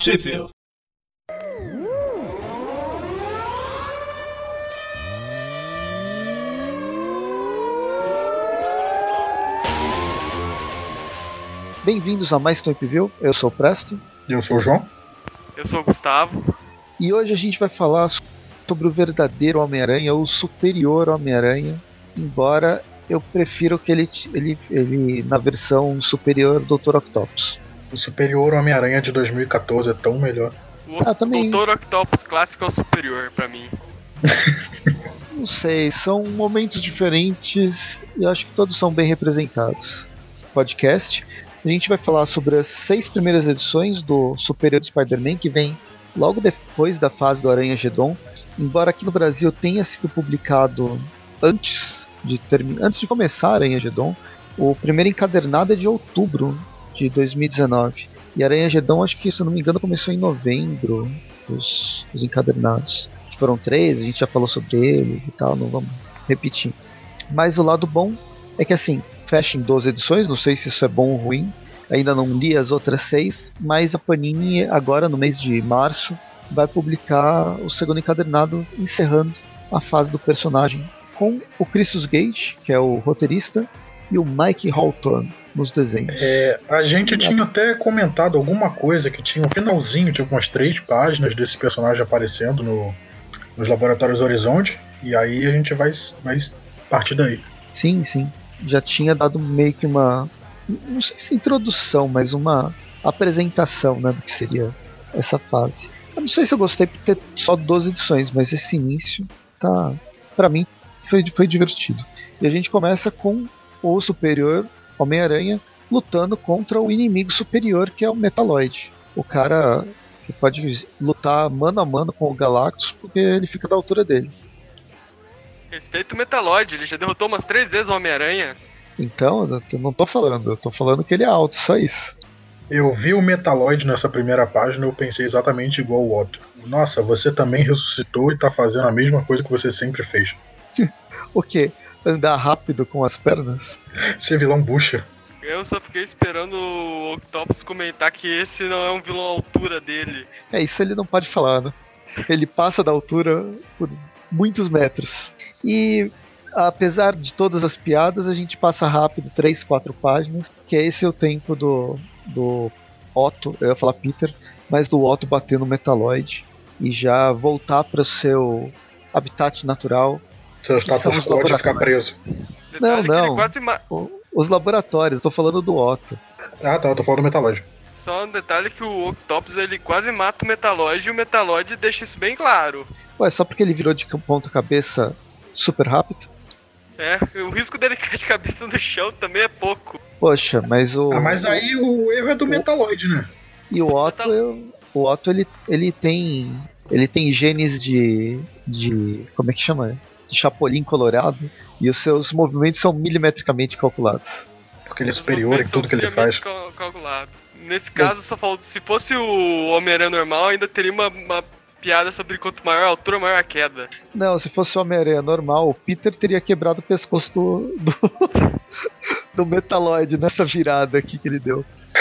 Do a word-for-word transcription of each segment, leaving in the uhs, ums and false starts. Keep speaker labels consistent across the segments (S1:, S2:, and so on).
S1: Sheffield.
S2: Bem-vindos a mais Tempo View. Eu sou o Presto.
S3: Eu sou o João.
S4: Eu sou o Gustavo.
S2: E hoje a gente vai falar sobre o verdadeiro Homem-Aranha, ou o superior Homem-Aranha, embora eu prefiro que ele, ele, ele na versão superior doutor Octopus.
S3: O superior Homem-Aranha de dois mil e catorze é tão melhor.
S4: O ah, também. doutor Octopus clássico é o superior pra mim.
S2: Não sei, são momentos diferentes e acho que todos são bem representados. Podcast. A gente vai falar sobre as seis primeiras edições do Superior Spider-Man, que vem logo depois da fase do Aranha Gedon. Embora aqui no Brasil tenha sido publicado antes de, termi- antes de começar Aranha Gedon, o primeiro encadernado é de outubro de dois mil e dezenove. E Aranha Gedon, acho que, se eu não me engano, começou em novembro, os, os encadernados. Que foram três, a gente já falou sobre eles e tal, não vamos repetir. Mas o lado bom é que, assim, fecha em doze edições, não sei se isso é bom ou ruim, ainda não li as outras seis, mas a Panini agora no mês de março vai publicar o segundo encadernado encerrando a fase do personagem com o Christos Gage, que é o roteirista, e o Mike Hawthorne nos desenhos.
S3: É, a gente e tinha a... até comentado alguma coisa que tinha um finalzinho de algumas três páginas desse personagem aparecendo no, nos Laboratórios Horizonte, e aí a gente vai, vai partir daí.
S2: Sim, sim. Já tinha dado meio que uma, não sei se introdução, mas uma apresentação, né, do que seria essa fase. Eu não sei se eu gostei por ter só doze edições, mas esse início, tá, pra mim, foi, foi divertido. E a gente começa com o superior Homem-Aranha lutando contra o inimigo superior, que é o Metaloid. O cara que pode lutar mano a mano com o Galactus, porque ele fica da altura dele.
S4: Respeito o Metaloid, ele já derrotou umas três vezes o Homem-Aranha.
S2: Então, eu não tô falando, eu tô falando que ele é alto, só isso.
S3: Eu vi o Metaloid nessa primeira página e eu pensei exatamente igual o Otto. Nossa, você também ressuscitou e tá fazendo a mesma coisa que você sempre fez.
S2: O quê? Andar rápido com as pernas?
S3: Ser vilão bucha.
S4: Eu só fiquei esperando o Octopus comentar que esse não é um vilão à altura dele.
S2: É, isso ele não pode falar, né? Ele passa da altura por muitos metros. E apesar de todas as piadas, a gente passa rápido três, quatro páginas, que é esse o tempo do, do Otto, eu ia falar Peter, mas do Otto bater no Metaloid e já voltar para o seu habitat natural.
S3: Seu status quo de ficar preso.
S2: Não, não.
S4: Quase ma-
S2: os laboratórios, tô falando do Otto.
S3: Ah, tá, eu tô falando do Metaloid.
S4: Só um detalhe que o Octopus ele quase mata o Metaloid e o Metaloid deixa isso bem claro.
S2: Ué, só porque ele virou de ponta cabeça super rápido?
S4: É, o risco dele cair de cabeça no chão também é pouco.
S2: Poxa, mas o...
S3: Ah, mas aí o erro é do o... Metaloid, né?
S2: E o Otto, eu... o Otto ele, ele tem... Ele tem genes de... de... Como é que chama? De Chapolin colorado. E os seus movimentos são milimetricamente calculados.
S3: Porque ele é superior em tudo que ele faz.
S4: Cal- calculados. Nesse caso, só falou, se fosse o Homem-Aranha normal, ainda teria uma, uma piada sobre quanto maior a altura, maior a queda.
S2: Não, se fosse o Homem-Aranha normal, o Peter teria quebrado o pescoço do, do, do Metaloid nessa virada aqui que ele deu.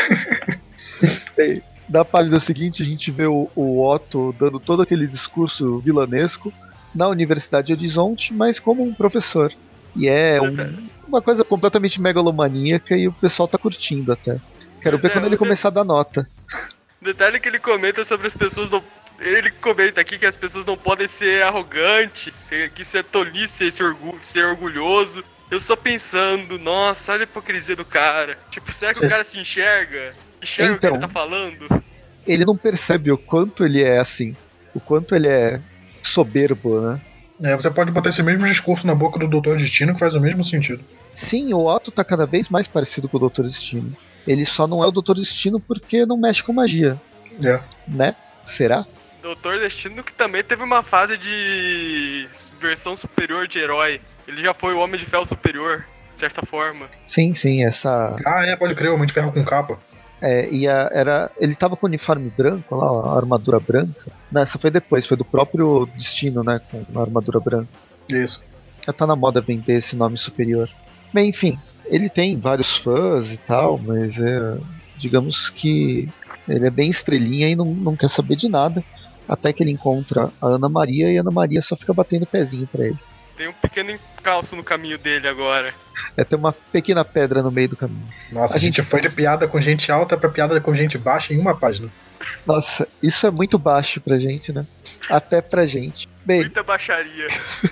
S2: E, na página seguinte, a gente vê o, o Otto dando todo aquele discurso vilanesco na Universidade de Horizonte, mas como um professor. E é um, uma coisa completamente megalomaníaca e o pessoal tá curtindo até. Quero
S4: Mas
S2: ver
S4: é,
S2: quando ele começar a dar nota.
S4: Detalhe que ele comenta sobre as pessoas não... Ele comenta aqui que as pessoas não podem ser arrogantes, ser, que isso é tolice, ser, orgu... ser orgulhoso. Eu só pensando, nossa, olha a hipocrisia do cara. Tipo, será que Cê... o cara se enxerga? Enxerga então, o que ele tá falando?
S2: Ele não percebe o quanto ele é assim, o quanto ele é soberbo, né?
S3: É, você pode botar esse mesmo discurso na boca do doutor Destino que faz o mesmo sentido.
S2: Sim, o Otto tá cada vez mais parecido com o doutor Destino. Ele só não é o doutor Destino porque não mexe com magia.
S3: É.
S2: Né? Será?
S4: doutor Destino que também teve uma fase de versão superior de herói. Ele já foi o Homem de Ferro superior, de certa forma.
S2: Sim, sim, essa...
S3: Ah, é, pode crer, o Homem de Ferro com capa.
S2: É, e a, era, ele tava com o uniforme branco lá, a armadura branca. Não, essa foi depois, foi do próprio Destino, né, com a armadura branca.
S3: Isso.
S2: Já tá na moda vender esse nome superior. Bem, enfim, ele tem vários fãs e tal, mas é, digamos que Ele é bem estrelinha e não, não quer saber de nada. Até que ele encontra a Ana Maria e a Ana Maria só fica batendo pezinho pra ele.
S4: Tem um pequeno encalço no caminho dele agora.
S2: É, tem uma pequena pedra no meio do caminho.
S3: Nossa, a, a gente... gente foi de piada com gente alta pra piada com gente baixa em uma página.
S2: Nossa, isso é muito baixo pra gente, né? Até pra gente. Bem,
S4: muita baixaria.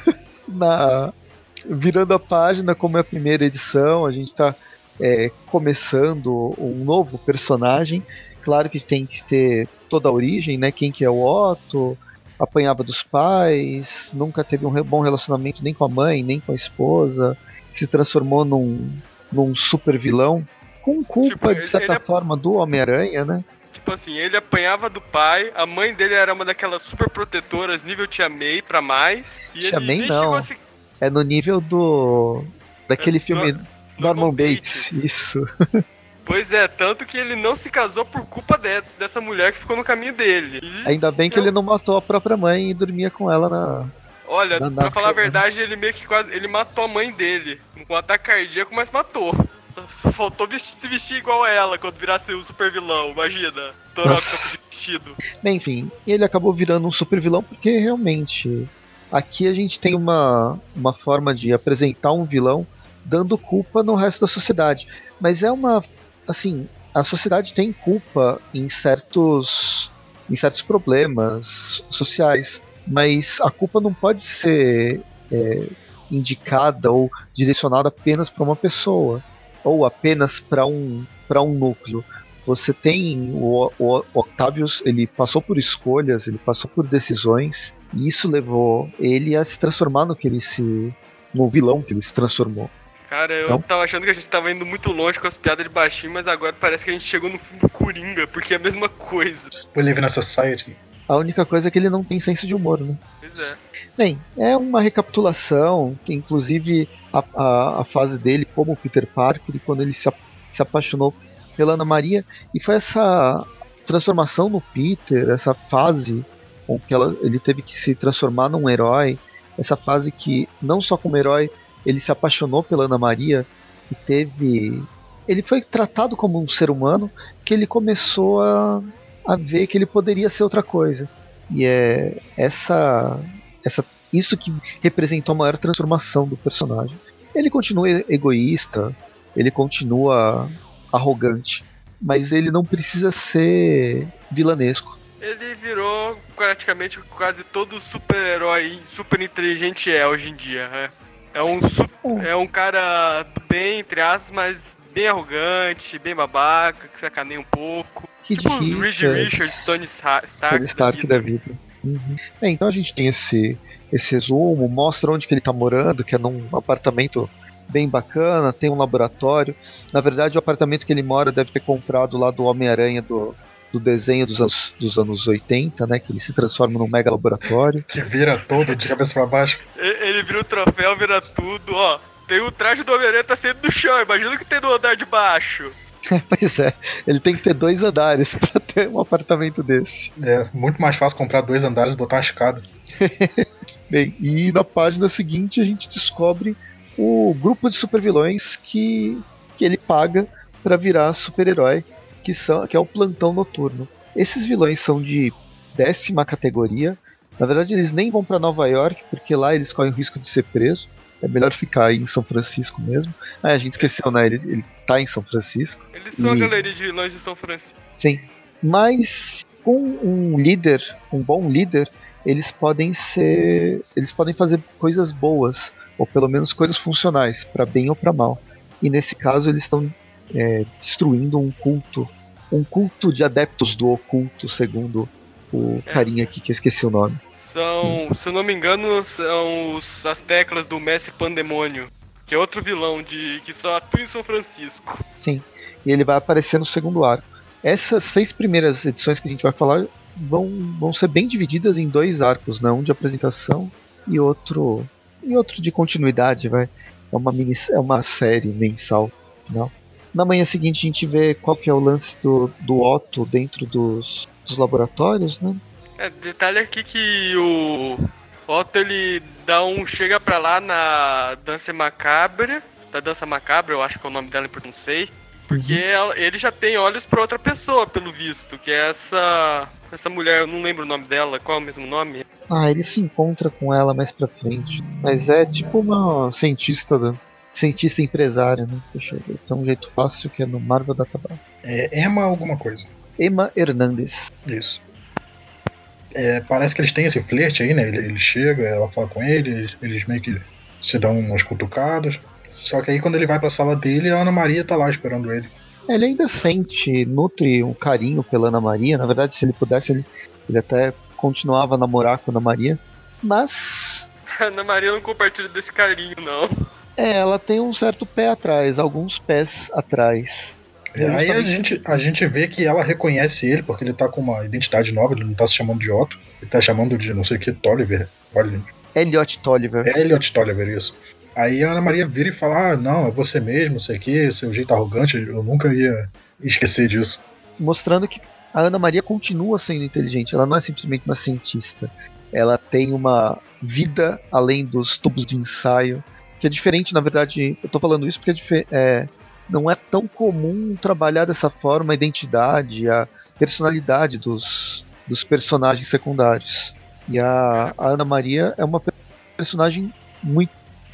S2: na... Virando a página, como é a primeira edição, a gente tá é, começando um novo personagem. Claro que tem que ter toda a origem, né? Quem que é o Otto, apanhava dos pais, nunca teve um bom relacionamento nem com a mãe, nem com a esposa, se transformou num, num super vilão, com culpa, tipo, de certa ele, forma, do Homem-Aranha, né?
S4: Tipo assim, ele apanhava do pai, a mãe dele era uma daquelas super protetoras, nível Tia May pra mais. E
S2: Tia
S4: ele
S2: May
S4: nem
S2: não,
S4: chegou a se...
S2: é no nível do... daquele é, filme no, Norman, Norman Bates, Bates. Isso.
S4: Pois é, tanto que ele não se casou por culpa dessa, dessa mulher que ficou no caminho dele. E
S2: ainda bem que eu... ele não matou a própria mãe e dormia com ela na...
S4: Olha,
S2: na,
S4: pra
S2: na
S4: falar a verdade, ele meio que quase... Ele matou a mãe dele com um ataque cardíaco, mas matou. Só faltou vestir, se vestir igual ela quando virasse o super vilão, imagina. Toró que tá com vestido.
S2: Bem, enfim, ele acabou virando um super vilão porque realmente... Aqui a gente tem uma, uma forma de apresentar um vilão dando culpa no resto da sociedade. Mas é uma... Assim, a sociedade tem culpa em certos, em certos problemas sociais, mas a culpa não pode ser é, indicada ou direcionada apenas para uma pessoa, ou apenas para um, para um núcleo. Você tem o, o Octavius, ele passou por escolhas, ele passou por decisões, e isso levou ele a se transformar no que ele se, no vilão que ele se transformou.
S4: Cara, eu então, tava achando que a gente tava indo muito longe com as piadas de baixinho, mas agora parece que a gente chegou no fim do Coringa, porque é a mesma coisa.
S3: We live in a society.
S2: A única coisa é que ele não tem senso de humor, né?
S4: Pois é.
S2: Bem, é uma recapitulação, que inclusive a, a, a fase dele como Peter Parker, quando ele se, se apaixonou pela Ana Maria, e foi essa transformação no Peter, essa fase com que ela, ele teve que se transformar num herói, essa fase que não só como herói, ele se apaixonou pela Ana Maria e teve... Ele foi tratado como um ser humano que ele começou a, a ver que ele poderia ser outra coisa. E é essa, essa, isso que representou a maior transformação do personagem. Ele continua egoísta, ele continua arrogante, mas ele não precisa ser vilanesco.
S4: Ele virou praticamente quase todo super-herói super inteligente é hoje em dia, né? É um, é um cara bem, entre aspas, mas bem arrogante, bem babaca, que sacaneia um pouco.
S2: Kid
S4: tipo os
S2: Richards,
S4: Reed Richards, Tony Stark,
S2: Tony Stark da vida. Uhum. É, então a gente tem esse, esse resumo, mostra onde que ele tá morando, que é num apartamento bem bacana, tem um laboratório. Na verdade, o apartamento que ele mora deve ter comprado lá do Homem-Aranha do... do desenho dos anos, dos anos oitenta, né? Que ele se transforma num mega laboratório.
S3: Que vira todo de cabeça pra baixo.
S4: Ele vira o troféu, vira tudo, ó. Tem o traje do Homem-Aranha tá saindo do chão, imagina o que tem no andar de baixo.
S2: Pois é, ele tem que ter dois andares pra ter um apartamento desse.
S3: É, muito mais fácil comprar dois andares e botar uma escada.
S2: Bem, e na página seguinte a gente descobre o grupo de supervilões que, que ele paga pra virar super-herói. Que, são, que é o Plantão Noturno. Esses vilões são de décima categoria. Na verdade, eles nem vão para Nova York, porque lá eles correm o risco de ser preso. É melhor ficar aí em São Francisco mesmo. Ah, a gente esqueceu, né? Ele, ele tá em São Francisco.
S4: Eles são
S2: e...
S4: a galeria de vilões de São Francisco.
S2: Sim. Mas com um líder, um bom líder, eles podem ser. Eles podem fazer coisas boas, ou pelo menos coisas funcionais, para bem ou para mal. E nesse caso eles estão É, destruindo um culto, um culto de adeptos do oculto, segundo o é. carinha aqui que eu esqueci o nome.
S4: São, Sim. se eu não me engano, são os, as teclas do Mestre Pandemônio, que é outro vilão de que só atua em São Francisco.
S2: Sim, e ele vai aparecer no segundo arco. Essas seis primeiras edições que a gente vai falar vão, vão ser bem divididas em dois arcos, né? Um de apresentação e outro e outro de continuidade, vai. É uma mini, é uma série mensal, não? Na manhã seguinte a gente vê qual que é o lance do, do Otto dentro dos, dos laboratórios, né?
S4: É, detalhe aqui que o Otto, ele dá um... chega pra lá na dança macabra, da dança macabra, eu acho que é o nome dela, porque não sei. Porque ela, ele já tem olhos pra outra pessoa, pelo visto, que é essa essa mulher, eu não lembro o nome dela, qual é o mesmo nome?
S2: Ah, ele se encontra com ela mais pra frente. Mas é tipo uma cientista, da- cientista empresária, né? Deixa eu ver. Tem um jeito fácil que é no Marvel Database.
S3: É Emma alguma coisa.
S2: Emma Hernandez.
S3: Isso. É, parece que eles têm esse flerte aí, né? Ele, ele chega, ela fala com ele, eles, eles meio que se dão umas cutucadas. Só que aí quando ele vai pra sala dele, a Ana Maria tá lá esperando ele.
S2: Ele ainda sente, nutre um carinho pela Ana Maria. Na verdade, se ele pudesse, ele, ele até continuava a namorar com a Ana Maria. Mas
S4: A Ana Maria não compartilha desse carinho, não.
S2: é, ela tem um certo pé atrás, alguns pés atrás.
S3: É, aí a gente, a gente vê que ela reconhece ele, porque ele tá com uma identidade nova, ele não tá se chamando de Otto, ele tá chamando de não sei o que, Tolliver. Olha,
S2: Elliot Tolliver.
S3: é Elliot Tolliver, isso. Aí a Ana Maria vira e fala, ah, não, é você mesmo, não sei o que, seu jeito arrogante, eu nunca ia esquecer disso.
S2: Mostrando que a Ana Maria continua sendo inteligente, ela não é simplesmente uma cientista. Ela tem uma vida além dos tubos de ensaio, que é diferente, na verdade, eu tô falando isso porque é, difer- é, não é tão comum trabalhar dessa forma a identidade, a personalidade dos, dos personagens secundários. E a, a Ana Maria é uma personagem muito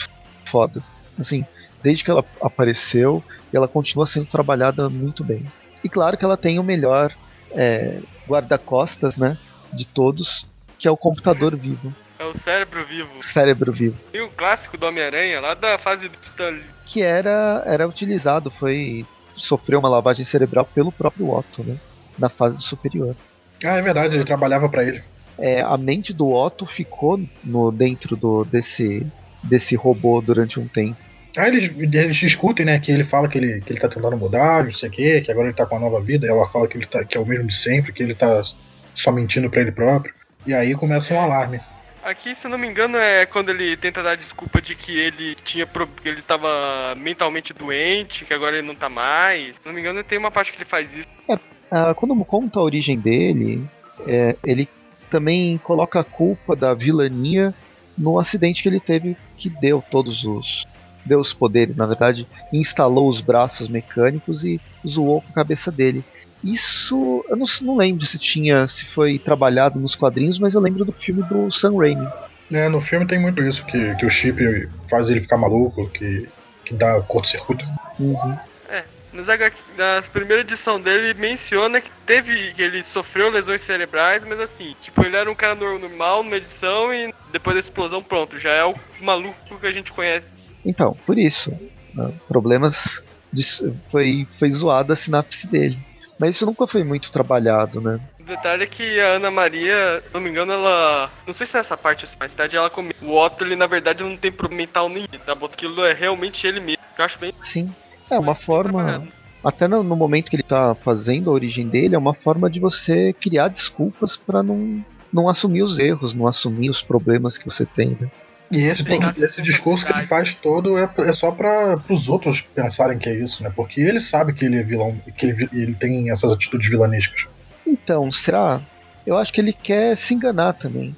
S2: foda. Assim, desde que ela apareceu, ela continua sendo trabalhada muito bem. E claro que ela tem o melhor é, guarda-costas, né, de todos, que é o computador vivo.
S4: É o cérebro vivo.
S2: Cérebro vivo.
S4: E o clássico do Homem-Aranha, lá da fase do Stanley.
S2: Que era, era utilizado, foi sofreu uma lavagem cerebral pelo próprio Otto, né, na fase superior.
S3: Ah, é verdade, ele trabalhava pra ele.
S2: É, a mente do Otto ficou no, dentro do, desse, desse robô durante um tempo.
S3: Aí eles, eles discutem, né, que ele fala que ele, que ele tá tentando mudar, não sei o que, que agora ele tá com uma nova vida, e ela fala que ele tá, que é o mesmo de sempre, que ele tá só mentindo pra ele próprio. E aí começa um alarme.
S4: Aqui, se eu não me engano, é quando ele tenta dar desculpa de que ele tinha pro... que ele estava mentalmente doente, que agora ele não tá mais. Se não me engano, tem uma parte que ele faz isso.
S2: É, ah, quando conta a origem dele, é, ele também coloca a culpa da vilania no acidente que ele teve, que deu todos os deu os poderes, na verdade, instalou os braços mecânicos e zoou com a cabeça dele. Isso, eu não, não lembro se tinha, se foi trabalhado nos quadrinhos, mas eu lembro do filme do Sam Raimi.
S3: É, no filme tem muito isso, que, que o chip faz ele ficar maluco, que, que dá curto-circuito.
S2: Uhum.
S4: É, nas H Q, na primeira edição dele menciona que teve, que ele sofreu lesões cerebrais, mas assim, tipo, ele era um cara normal numa edição e depois da explosão, pronto, já é o maluco que a gente conhece.
S2: Então, por isso, né, problemas de, foi, foi zoada a sinapse dele. Mas isso nunca foi muito trabalhado, né?
S4: O detalhe é que a Ana Maria, se não me engano, ela... Não sei se é essa parte, assim, mais tarde ela comenta. O Otto, ele na verdade não tem problema mental nenhum, tá? Aquilo é realmente ele mesmo. Eu acho bem...
S2: Sim, é uma forma... Até no, no momento que ele tá fazendo a origem dele, é uma forma de você criar desculpas pra não, não assumir os erros, não assumir os problemas que você tem, né?
S3: E esse, esse discurso que ele faz todo é, é só para os outros pensarem que é isso, né? Porque ele sabe que ele é vilão, que ele, ele tem essas atitudes vilanescas.
S2: Então, será? Eu acho que ele quer se enganar também.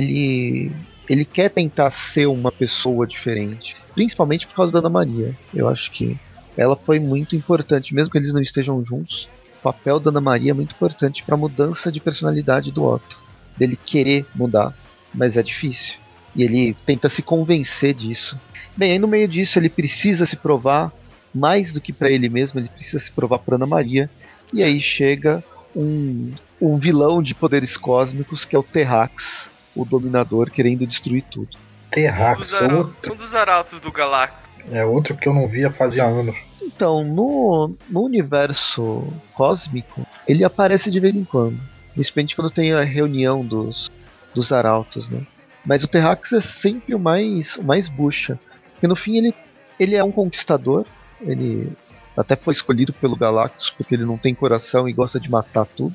S2: Ele, ele quer tentar ser uma pessoa diferente, principalmente por causa da Ana Maria. Eu acho que ela foi muito importante, mesmo que eles não estejam juntos. O papel da Ana Maria é muito importante para a mudança de personalidade do Otto, dele querer mudar, mas é difícil. E ele tenta se convencer disso. Bem, aí no meio disso ele precisa se provar, mais do que para ele mesmo, ele precisa se provar para Ana Maria. E aí chega um, um vilão de poderes cósmicos, que é o Terrax, o Dominador, querendo destruir tudo.
S3: Terrax,
S4: um dos,
S3: outro.
S4: Um dos arautos do Galactus.
S3: É outro que eu não via fazia anos.
S2: Então, no, no universo cósmico, ele aparece de vez em quando. Principalmente quando tem a reunião dos, dos arautos, né? Mas o Terrax é sempre o mais, o mais bucha. Porque no fim ele, ele é um conquistador. Ele até foi escolhido pelo Galactus porque ele não tem coração e gosta de matar tudo.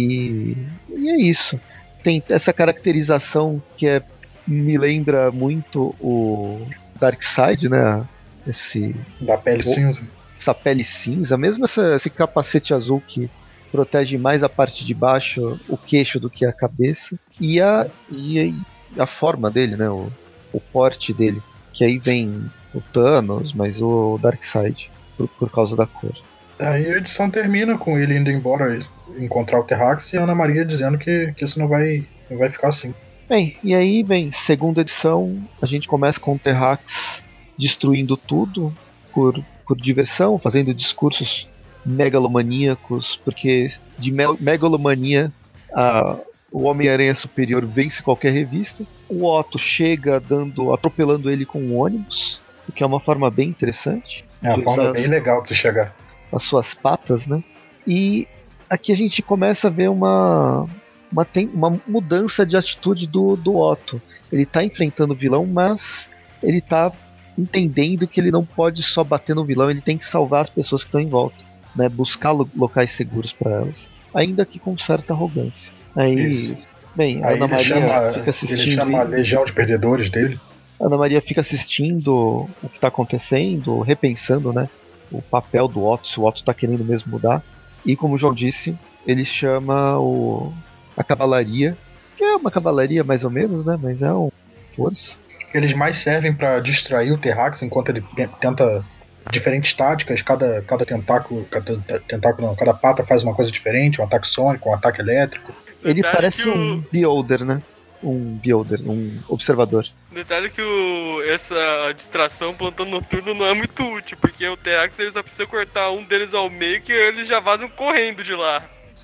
S2: E, e é isso. Tem essa caracterização que é, me lembra muito o Darkseid, né? Esse,
S3: da pele o, cinza.
S2: Essa pele cinza, mesmo essa, esse capacete azul que protege mais a parte de baixo, o queixo, do que a cabeça. E a... E, a forma dele, né, o, o porte dele, que aí vem o Thanos, mas o Darkseid, por, por causa da cor.
S3: Aí a edição termina com ele indo embora encontrar o Terrax e a Ana Maria dizendo que, que isso não vai, não vai ficar assim.
S2: Bem, e aí, bem, segunda edição, a gente começa com o Terrax destruindo tudo por, por diversão, fazendo discursos megalomaníacos, porque de me megalomania a, o Homem-Aranha Superior vence qualquer revista. O Otto chega dando, atropelando ele com um ônibus, o que é uma forma bem interessante.
S3: É uma forma bem legal de se chegar.
S2: As suas patas, né? E aqui a gente começa a ver uma, uma, tem, uma mudança de atitude do, do Otto. Ele tá enfrentando o vilão, mas ele tá entendendo que ele não pode só bater no vilão, ele tem que salvar as pessoas que estão em volta, né? Buscar lo locais seguros para elas, ainda que com certa arrogância. Aí, Isso. bem, a
S3: Aí
S2: Ana Maria
S3: chama,
S2: fica assistindo.
S3: Ele chama a legião de perdedores dele.
S2: A Ana Maria fica assistindo o que está acontecendo, repensando, né, o papel do Otto, se o Otto está querendo mesmo mudar. E como o João disse, ele chama o, a cavalaria, que é uma cavalaria mais ou menos, né, mas é um força.
S3: Eles mais servem para distrair o Terrax enquanto ele tenta diferentes táticas, cada, cada tentáculo, cada, tentáculo não, cada pata faz uma coisa diferente, um ataque sônico, um ataque elétrico.
S2: Ele
S4: Detalhe
S2: parece
S4: o...
S2: um beholder, né? Um beholder, um observador.
S4: Detalhe que o, essa distração plantão noturno não é muito útil, porque o Terrax ele só precisa cortar um deles ao meio que eles já vazam correndo de lá.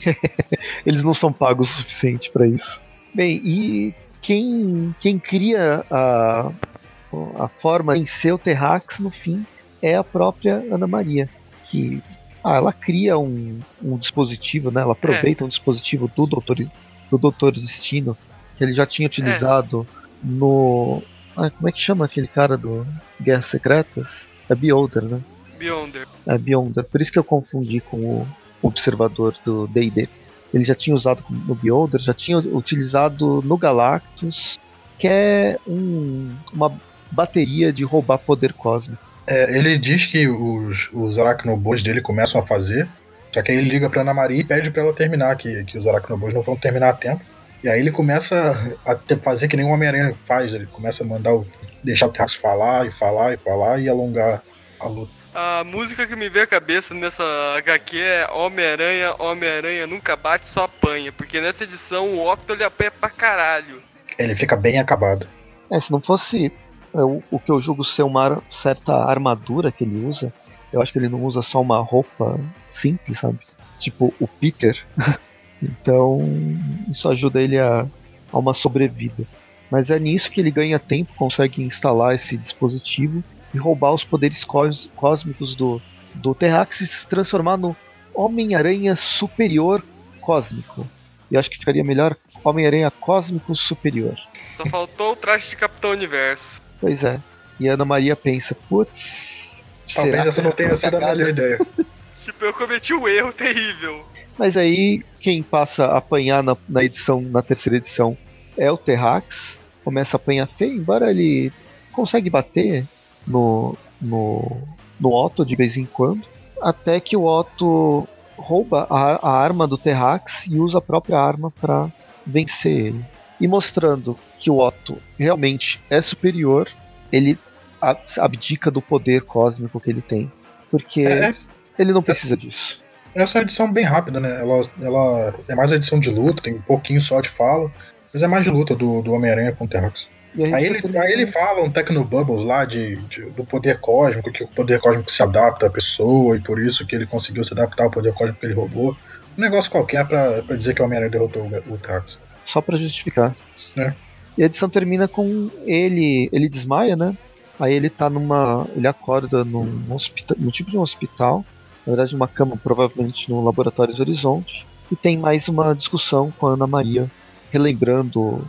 S2: Eles não são pagos o suficiente para isso. Bem, e quem, quem cria a, a forma em ser o Terrax no fim é a própria Ana Maria, que ah, ela cria um, um dispositivo, né? Ela aproveita é. um dispositivo do Doutor, do Doutor Destino, que ele já tinha utilizado é. no... Ah, como é que chama aquele cara do Guerras Secretas? É Beholder, né?
S4: Beyonder.
S2: É Beyonder, por isso que eu confundi com o observador do D e D. Ele já tinha usado no Beholder, já tinha utilizado no Galactus, que é um, uma bateria de roubar poder cósmico.
S3: É, ele diz que os, os aracnobos dele começam a fazer, só que aí ele liga pra Ana Maria e pede pra ela terminar, que, que os aracnobos não vão terminar a tempo. E aí ele começa a te, fazer que nem o Homem-Aranha faz, ele começa a mandar o, deixar o Terrax falar e falar e falar e alongar a luta.
S4: A música que me veio à cabeça nessa agá quê é Homem-Aranha, Homem-Aranha nunca bate, só apanha, porque nessa edição o Otto ele apanha pra caralho.
S3: Ele fica bem acabado.
S2: É, se não fosse o, o que eu julgo ser uma certa armadura que ele usa, eu acho que ele não usa só uma roupa simples, sabe? Tipo o Peter. Então isso ajuda ele a, a uma sobrevida. Mas é nisso que ele ganha tempo, consegue instalar esse dispositivo e roubar os poderes cós, cósmicos do, do Terrax e se transformar no Homem-Aranha Superior Cósmico. E acho que ficaria melhor Homem-Aranha Cósmico Superior.
S4: Só faltou o traje de Capitão Universo.
S2: Pois é. E a Ana Maria pensa, putz...
S3: Talvez essa não tenha sido a melhor ideia.
S4: Tipo, eu cometi um erro terrível.
S2: Mas aí, quem passa a apanhar na, na edição, na terceira edição, é o Terrax. Começa a apanhar feio, embora ele consegue bater no, no, no Otto de vez em quando. Até que o Otto rouba a, a arma do Terrax e usa a própria arma para vencer ele. E mostrando que o Otto realmente é superior, ele abdica do poder cósmico que ele tem. Porque é, ele não precisa disso.
S3: Essa é uma edição bem rápida, né? Ela, ela é mais a edição de luta, tem um pouquinho só de fala, mas é mais de luta do, do Homem-Aranha com o Terrax. Aí ele, tem... aí ele fala um Tecnobubbles lá de, de, do poder cósmico, que o poder cósmico se adapta à pessoa, e por isso que ele conseguiu se adaptar ao poder cósmico que ele roubou. Um negócio qualquer pra, pra dizer que o Homem-Aranha derrotou o, o Terrax.
S2: Só pra justificar.
S3: É.
S2: E a edição termina com ele. Ele desmaia, né? Aí ele tá numa. Ele acorda num, hospital, num tipo de um hospital. Na verdade, uma cama, provavelmente no Laboratórios Horizonte. E tem mais uma discussão com a Ana Maria, relembrando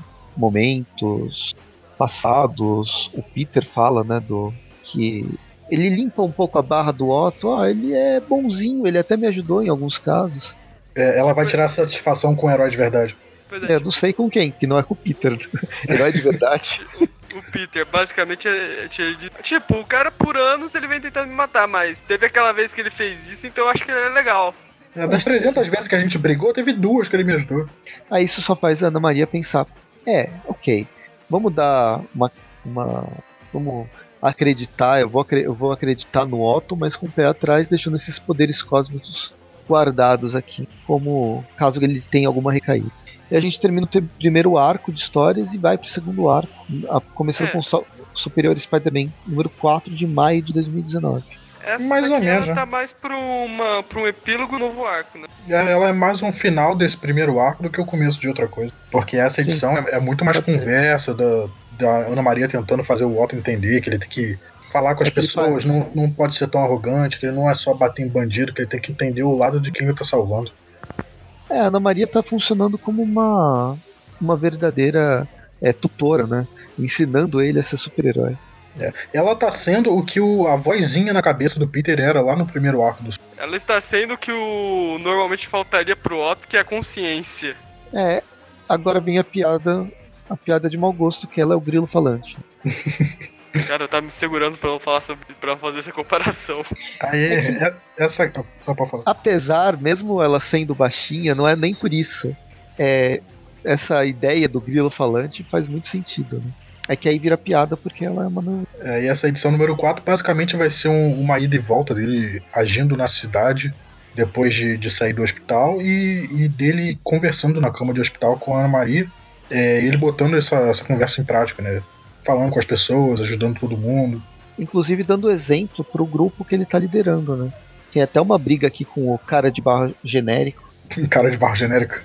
S2: momentos passados. O Peter fala, né, do que ele limpa um pouco a barra do Otto. Ah, ele é bonzinho, ele até me ajudou em alguns casos.
S3: É, ela vai tirar satisfação com o herói de verdade.
S2: É, não sei com quem, que não é com o Peter. Herói de verdade.
S4: O Peter, basicamente, é, é, tipo, o cara por anos ele vem tentando me matar, mas teve aquela vez que ele fez isso, então eu acho que é legal.
S3: É, das trezentas vezes que a gente brigou, teve duas que ele me ajudou.
S2: Aí isso só faz a Ana Maria pensar, é, ok, vamos dar uma... uma vamos acreditar, eu vou, acre- eu vou acreditar no Otto, mas com o pé atrás, deixando esses poderes cósmicos guardados aqui, como caso ele tenha alguma recaída. E a gente termina o te- primeiro arco de histórias e vai pro segundo arco, a- começando
S4: É.
S2: com o So- Superior Spider-Man, número quatro de maio de dois mil e dezenove.
S4: Essa
S3: Mais ou
S4: daqui
S3: menos,
S4: ela
S3: né?
S4: tá mais pra, uma, pra um epílogo novo arco, né?
S3: Ela é mais um final desse primeiro arco do que o começo de outra coisa. Porque essa edição é, é muito mais
S2: pode ser.
S3: conversa da, da Ana Maria tentando fazer o Otto entender que ele tem que falar com as
S2: É que ele
S3: pessoas,
S2: faz-
S3: não, não pode ser tão arrogante, que ele não é só bater em bandido, que ele tem que entender o lado de quem ele tá salvando.
S2: É, a Ana Maria tá funcionando como uma, uma verdadeira é, tutora, né? Ensinando ele a ser super-herói.
S3: É. Ela tá sendo o que o, a vozinha na cabeça do Peter era lá no primeiro arco do.
S4: Ela está sendo o que o normalmente faltaria pro Otto, que é a consciência.
S2: É, agora vem a piada, a piada de mau gosto, que ela é o grilo falante.
S4: Cara, eu tava me segurando pra não falar sobre, pra fazer essa comparação.
S3: Aí, é- essa. Só pra falar.
S2: Apesar, mesmo ela sendo baixinha, não é nem por isso. É, essa ideia do grilo falante faz muito sentido, né? É que aí vira piada porque ela é uma.
S3: É, e essa edição número quatro basicamente vai ser um- uma ida e volta dele agindo na cidade depois de, de sair do hospital e, e dele conversando na cama de hospital com a Ana Maria, é, ele botando essa, essa conversa em prática, né? Falando com as pessoas, ajudando todo mundo.
S2: Inclusive dando exemplo pro grupo que ele tá liderando, né? Tem até uma briga aqui com o cara de barra genérico.
S3: Cara de barra genérica.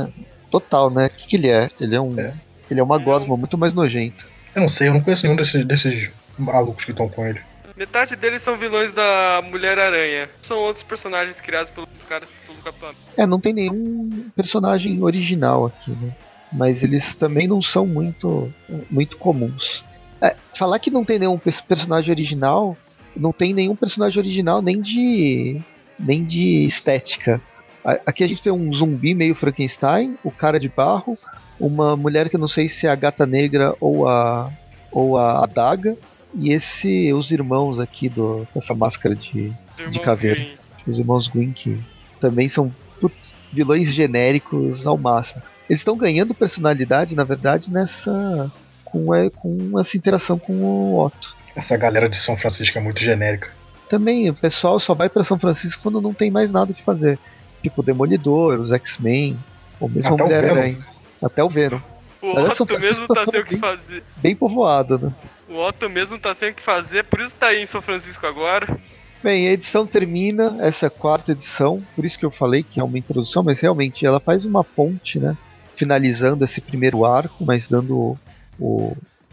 S2: Total, né? O que, que ele é? Ele é um.
S3: É.
S2: Ele é uma
S4: Ele é
S2: gosma
S4: um-
S2: muito mais nojenta.
S3: Eu não sei, eu não conheço nenhum desses, desses malucos que estão com ele.
S4: Metade deles são vilões da Mulher-Aranha. São outros personagens criados pelo cara pelo Capitão.
S2: É, não tem nenhum personagem original aqui, né? Mas eles também não são muito, muito comuns. É, falar que não tem nenhum pers- personagem original, não tem nenhum personagem original nem de nem de estética. A- Aqui a gente tem um zumbi meio Frankenstein, o cara de barro, uma mulher que eu não sei se é a Gata Negra ou a ou a Adaga, e esse os irmãos aqui do com essa máscara de
S4: Os irmãos
S2: caveira.
S4: Green.
S2: os irmãos Green, que também são putz, vilões genéricos ao máximo. Eles estão ganhando personalidade, na verdade, nessa com, é, com essa interação com o Otto.
S3: Essa galera de São Francisco é muito genérica.
S2: Também o pessoal só vai para São Francisco quando não tem mais nada o que fazer. Tipo o Demolidor, os X-Men, ou mesmo
S3: Até
S2: a
S3: o
S2: Mulher-Aranha. Até o Venom.
S4: O
S2: Mas São
S4: Otto
S2: Francisco
S4: mesmo
S2: tá
S4: tá sem o
S2: bem-
S4: que fazer.
S2: Bem povoado, né?
S4: O Otto mesmo tá sem o que fazer, por isso tá aí em São Francisco agora.
S2: Bem, a edição termina, essa é a quarta edição, por isso que eu falei que é uma introdução, mas realmente ela faz uma ponte, né? Finalizando esse primeiro arco, mas dando o,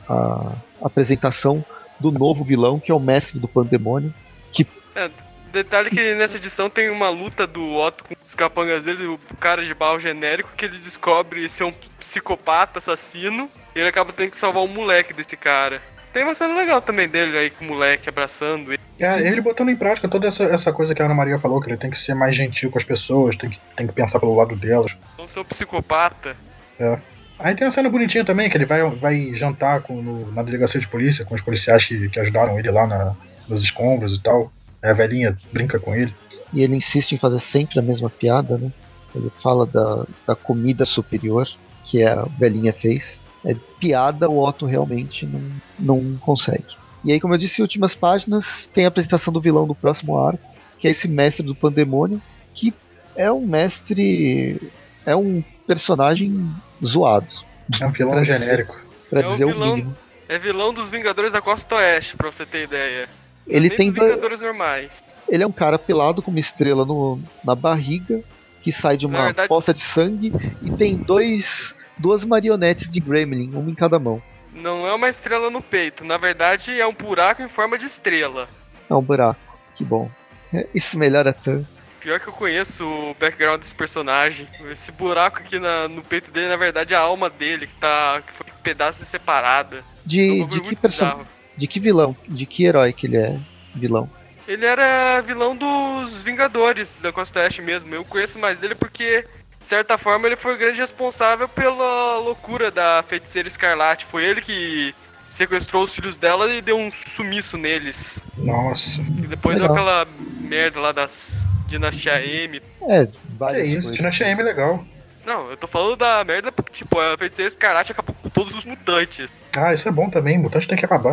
S2: a apresentação do novo vilão, que é o mestre do Pandemônio. Que
S4: É, detalhe que nessa edição tem uma luta do Otto com os capangas dele, o cara de barro genérico, que ele descobre ser um psicopata assassino, e ele acaba tendo que salvar um moleque desse cara. Tem uma cena legal também dele aí com o moleque abraçando ele.
S3: É, ele botando em prática toda essa, essa coisa que a Ana Maria falou, que ele tem que ser mais gentil com as pessoas, tem que, tem que pensar pelo lado delas.
S4: Não ser um psicopata.
S3: É. Aí tem uma cena bonitinha também, que ele vai, vai jantar com, no- na delegacia de polícia com os policiais que, que ajudaram ele lá na, nos escombros e tal. Aí a velhinha brinca com ele.
S2: E ele insiste em fazer sempre a mesma piada, né? Ele fala da, da comida superior que a velhinha fez. É piada, o Otto realmente não, não consegue. E aí, como eu disse, últimas páginas tem a apresentação do vilão do próximo arco, que é esse mestre do Pandemônio, que é um mestre. É um personagem zoado.
S3: É um vilão
S2: Pra-
S3: genérico.
S2: Pra
S4: É o
S2: dizer o
S4: vilão-
S2: mínimo.
S4: É vilão dos Vingadores da Costa Oeste, pra você ter ideia.
S2: Ele
S4: Nem
S2: tem
S4: dos
S2: dois,
S4: Vingadores normais.
S2: ele é um cara pelado com uma estrela no, na barriga, que sai de
S4: Na
S2: uma
S4: verdade-
S2: poça de sangue, e tem dois, duas marionetes de Gremlin, uma em cada mão.
S4: Não é uma estrela no peito, na verdade é um buraco em forma de estrela.
S2: É um buraco, que bom. É, isso melhora tanto.
S4: Pior que eu conheço o background desse personagem. Esse buraco aqui na- no peito dele, na verdade, é a alma dele, que tá. que foi um pedaço de separada. É um
S2: De,
S4: bagulho
S2: de, que
S4: muito
S2: perso...
S4: bizarro.
S2: de que vilão, de que herói que ele é vilão?
S4: Ele era vilão dos Vingadores da Costa Oeste mesmo. Eu conheço mais dele porque, de certa forma, ele foi o grande responsável pela loucura da Feiticeira Escarlate. Foi ele que sequestrou os filhos dela e deu um sumiço neles.
S3: Nossa.
S4: E depois
S2: Legal.
S4: deu aquela merda lá das Dinastia M.
S2: É,
S3: É
S2: várias
S3: isso,
S2: coisas.
S3: Dinastia M é legal.
S4: Não, eu tô falando da merda porque, tipo, a Feiticeira Escarlate acabou com todos os mutantes.
S3: Ah, isso é bom também, mutante tem que acabar.